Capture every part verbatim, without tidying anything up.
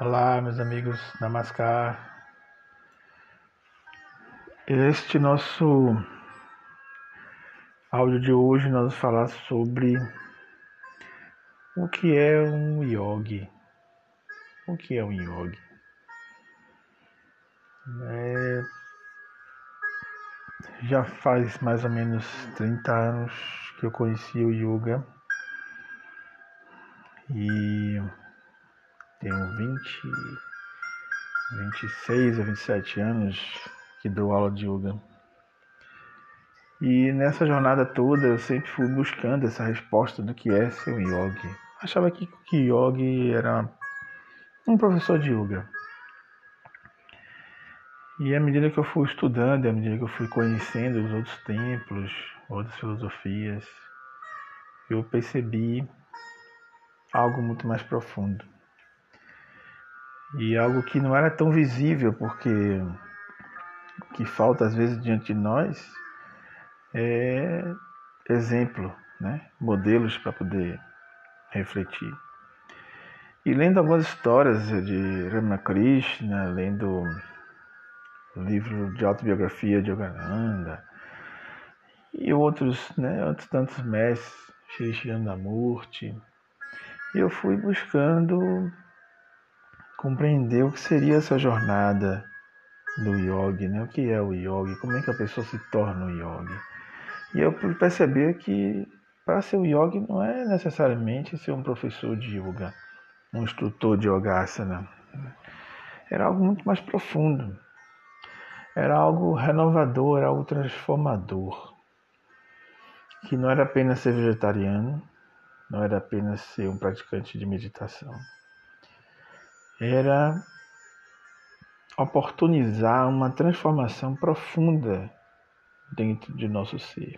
Olá, meus amigos, Namaskar. Este nosso áudio de hoje nós vamos falar sobre o que é um yogi. O que é um yogi? É, já faz mais ou menos trinta anos que eu conheci o yoga e tenho vinte, vinte e seis ou vinte e sete anos que dou aula de yoga. E nessa jornada toda eu sempre fui buscando essa resposta do que é ser um yogi. Achava que o yogi era um professor de yoga. E à medida que eu fui estudando, à medida que eu fui conhecendo os outros templos, outras filosofias, eu percebi algo muito mais profundo. E algo que não era tão visível, porque o que falta às vezes diante de nós é exemplo, né? Modelos para poder refletir. E lendo algumas histórias de Ramakrishna, lendo o livro de autobiografia de Yogananda e outros, né, outros tantos mestres, Shri Sridharamurti, eu fui buscando compreender o que seria essa jornada do yogi, né? O que é o yogi, como é que a pessoa se torna um yogi. E eu pude perceber que para ser um yogi não é necessariamente ser um professor de yoga, um instrutor de yogasana. Era algo muito mais profundo. Era algo renovador, era algo transformador. Que não era apenas ser vegetariano, não era apenas ser um praticante de meditação. Era oportunizar uma transformação profunda dentro de nosso ser.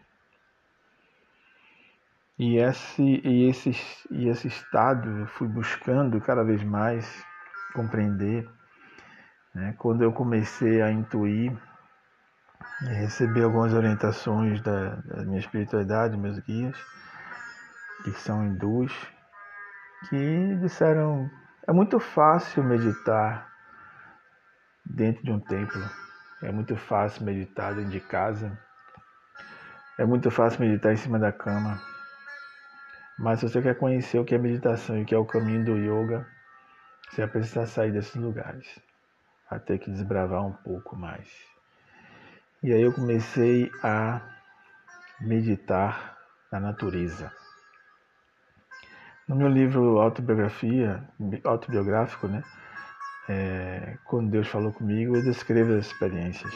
E esse, e esse, e esse estado eu fui buscando cada vez mais compreender, né? Quando eu comecei a intuir e receber algumas orientações da, da minha espiritualidade, meus guias, que são hindus, que disseram: é muito fácil meditar dentro de um templo, é muito fácil meditar dentro de casa, é muito fácil meditar em cima da cama, mas se você quer conhecer o que é meditação e o que é o caminho do yoga, você vai precisar sair desses lugares, vai ter que desbravar um pouco mais. E aí eu comecei a meditar na natureza. No meu livro autobiografia, autobiográfico, né, é, quando Deus falou comigo, eu descrevo as experiências.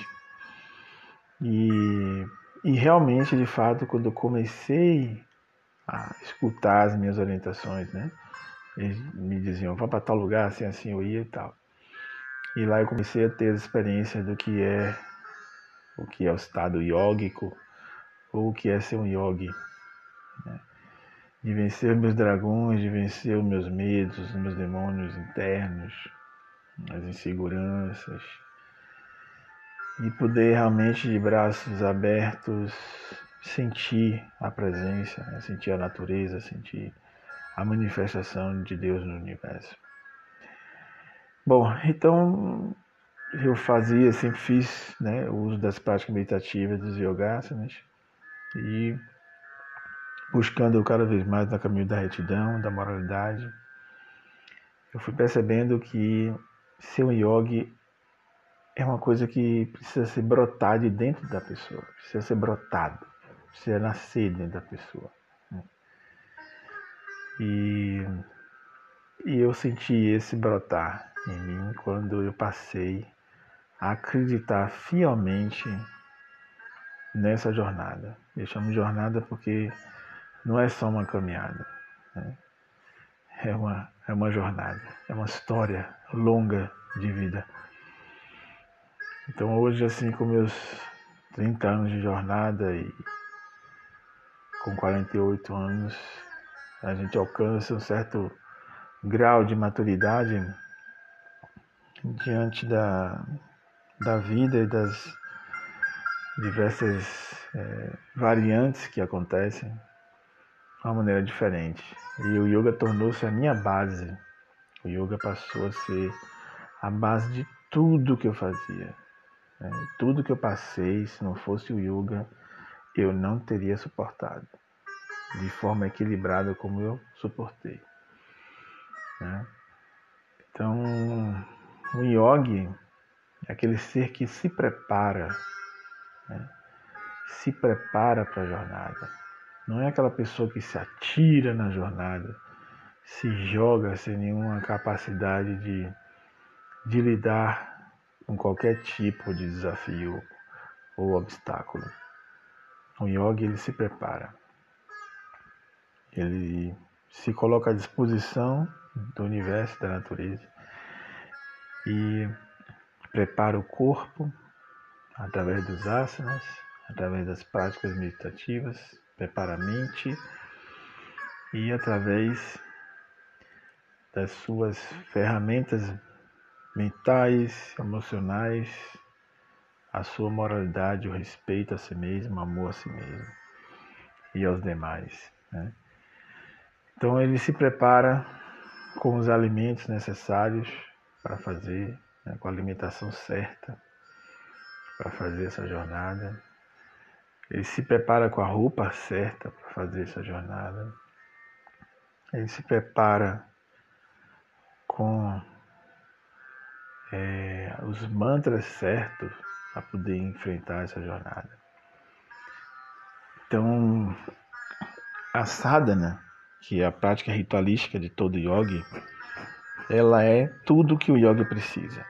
E, e realmente, de fato, quando eu comecei a escutar as minhas orientações, né, eles me diziam: vá para tal lugar, assim, assim, eu ia e tal. E lá eu comecei a ter as experiências do que é o que é o estado yógico, ou o que é ser um yogi, né? De vencer os meus dragões, de vencer os meus medos, os meus demônios internos, as inseguranças, e poder realmente de braços abertos sentir a presença, né? Sentir a natureza, sentir a manifestação de Deus no universo. Bom, então eu fazia, sempre fiz, né, o uso das práticas meditativas dos yogasanas e buscando cada vez mais no caminho da retidão, da moralidade, eu fui percebendo que ser um yogi é uma coisa que precisa ser brotar de dentro da pessoa, precisa ser brotado, precisa nascer dentro da pessoa. E, e eu senti esse brotar em mim quando eu passei a acreditar fielmente nessa jornada. Eu chamo de jornada porque não é só uma caminhada, né? É uma, é uma jornada, é uma história longa de vida. Então hoje, assim, com meus trinta anos de jornada e com quarenta e oito anos, a gente alcança um certo grau de maturidade diante da, da vida e das diversas é, variantes que acontecem de uma maneira diferente. E o yoga tornou-se a minha base. O O yoga passou a ser a base de tudo que eu fazia. Né? Tudo que eu passei, se não fosse o yoga, eu não teria suportado de forma equilibrada como eu suportei. Né? Então, o yogi é aquele ser que se prepara, né? se prepara para a jornada. Não é aquela pessoa que se atira na jornada, se joga sem nenhuma capacidade de, de lidar com qualquer tipo de desafio ou obstáculo. O yogi, ele se prepara. Ele se coloca à disposição do universo, da natureza, e prepara o corpo através dos asanas, através das práticas meditativas, prepara a mente e através das suas ferramentas mentais, emocionais, a sua moralidade, o respeito a si mesmo, o amor a si mesmo e aos demais. Né? Então ele se prepara com os alimentos necessários para fazer, né, com a alimentação certa para fazer essa jornada. Ele se prepara com a roupa certa para fazer essa jornada. Ele se prepara com é, os mantras certos para poder enfrentar essa jornada. Então, a sadhana, que é a prática ritualística de todo yogi, ela é tudo que o yogi precisa.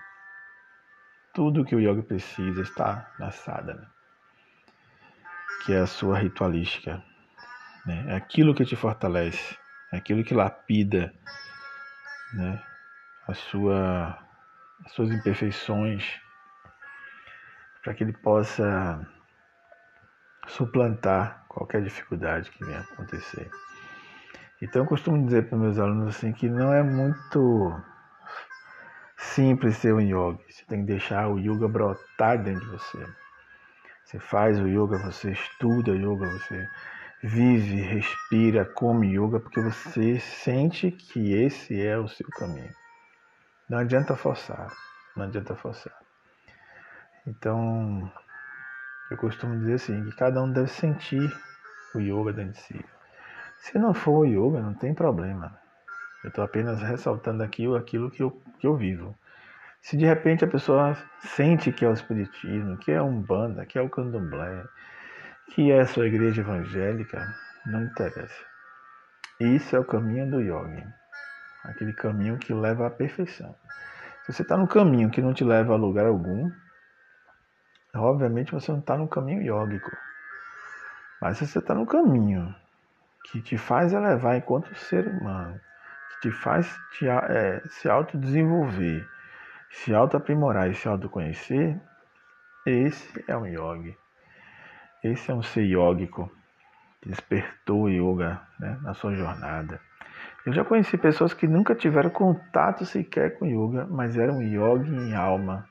Tudo que o yogi precisa está na sadhana, que é a sua ritualística. Né? É aquilo que te fortalece, é aquilo que lapida, né, a sua, as suas imperfeições, para que ele possa suplantar qualquer dificuldade que venha acontecer. Então eu costumo dizer para os meus alunos assim, que não é muito simples ser um yogi. Você tem que deixar o yoga brotar dentro de você. Você faz o yoga, você estuda yoga, você vive, respira, come yoga, porque você sente que esse é o seu caminho. Não adianta forçar, não adianta forçar. Então, eu costumo dizer assim, que cada um deve sentir o yoga dentro de si. Se não for o yoga, não tem problema. Eu estou apenas ressaltando aqui aquilo que eu, que eu vivo. Se de repente a pessoa sente que é o espiritismo, que é a Umbanda, que é o Candomblé, que é a sua igreja evangélica, não interessa. Isso é o caminho do yogi. Aquele caminho que leva à perfeição. Se você está no caminho que não te leva a lugar algum, obviamente você não está no caminho yógico. Mas se você está no caminho que te faz elevar enquanto ser humano, que te faz te, é, se autodesenvolver, se autoaprimorar e se autoconhecer, esse é um yogi. Esse é um ser yógico que despertou o yoga, né, na sua jornada. Eu já conheci pessoas que nunca tiveram contato sequer com yoga, mas eram yogi em alma.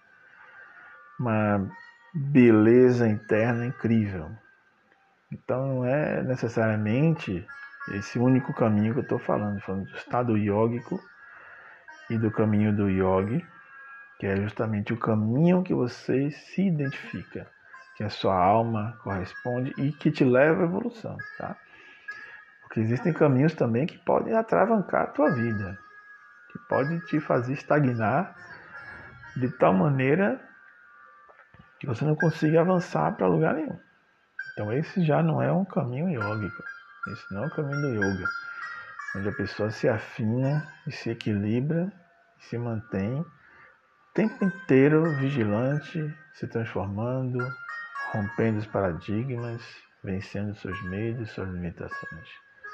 Uma beleza interna incrível. Então não é necessariamente esse único caminho que eu estou falando, falando do estado yógico e do caminho do yogi, que é justamente o caminho que você se identifica, que a sua alma corresponde e que te leva à evolução, tá? Porque existem caminhos também que podem atravancar a tua vida, que podem te fazer estagnar de tal maneira que você não consiga avançar para lugar nenhum. Então esse já não é um caminho yógico, esse não é o caminho do yoga, onde a pessoa se afina e se equilibra e se mantém o tempo inteiro vigilante, se transformando, rompendo os paradigmas, vencendo seus medos, suas limitações.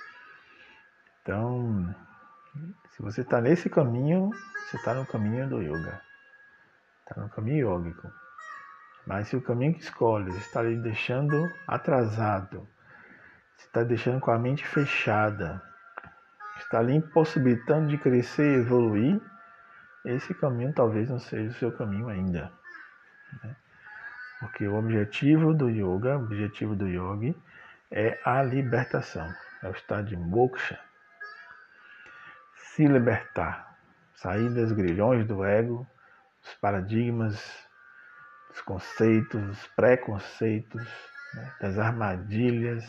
Então, se você está nesse caminho, você está no caminho do yoga, está no caminho yógico. Mas se o caminho que escolhe está lhe deixando atrasado, está deixando com a mente fechada, está lhe impossibilitando de crescer e evoluir, esse caminho talvez não seja o seu caminho ainda. Né? Porque o objetivo do yoga, o objetivo do yogi é a libertação, é o estado de moksha. Se libertar, sair das grilhões do ego, dos paradigmas, dos conceitos, dos preconceitos, né, das armadilhas,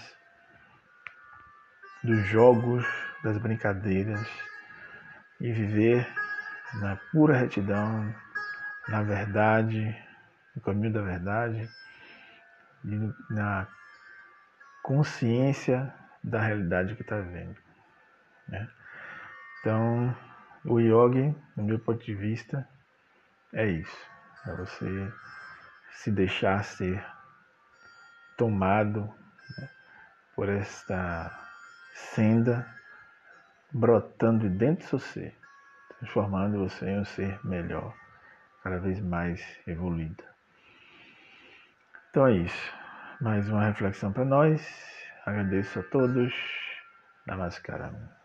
dos jogos, das brincadeiras, e viver na pura retidão, na verdade, no caminho da verdade, e na consciência da realidade que está vendo, né? Então, o yoga, no meu ponto de vista, é isso. É você se deixar ser tomado, né, por esta senda brotando dentro de você, transformando você em um ser melhor, cada vez mais evoluído. Então é isso. Mais uma reflexão para nós. Agradeço a todos. Namaskaram.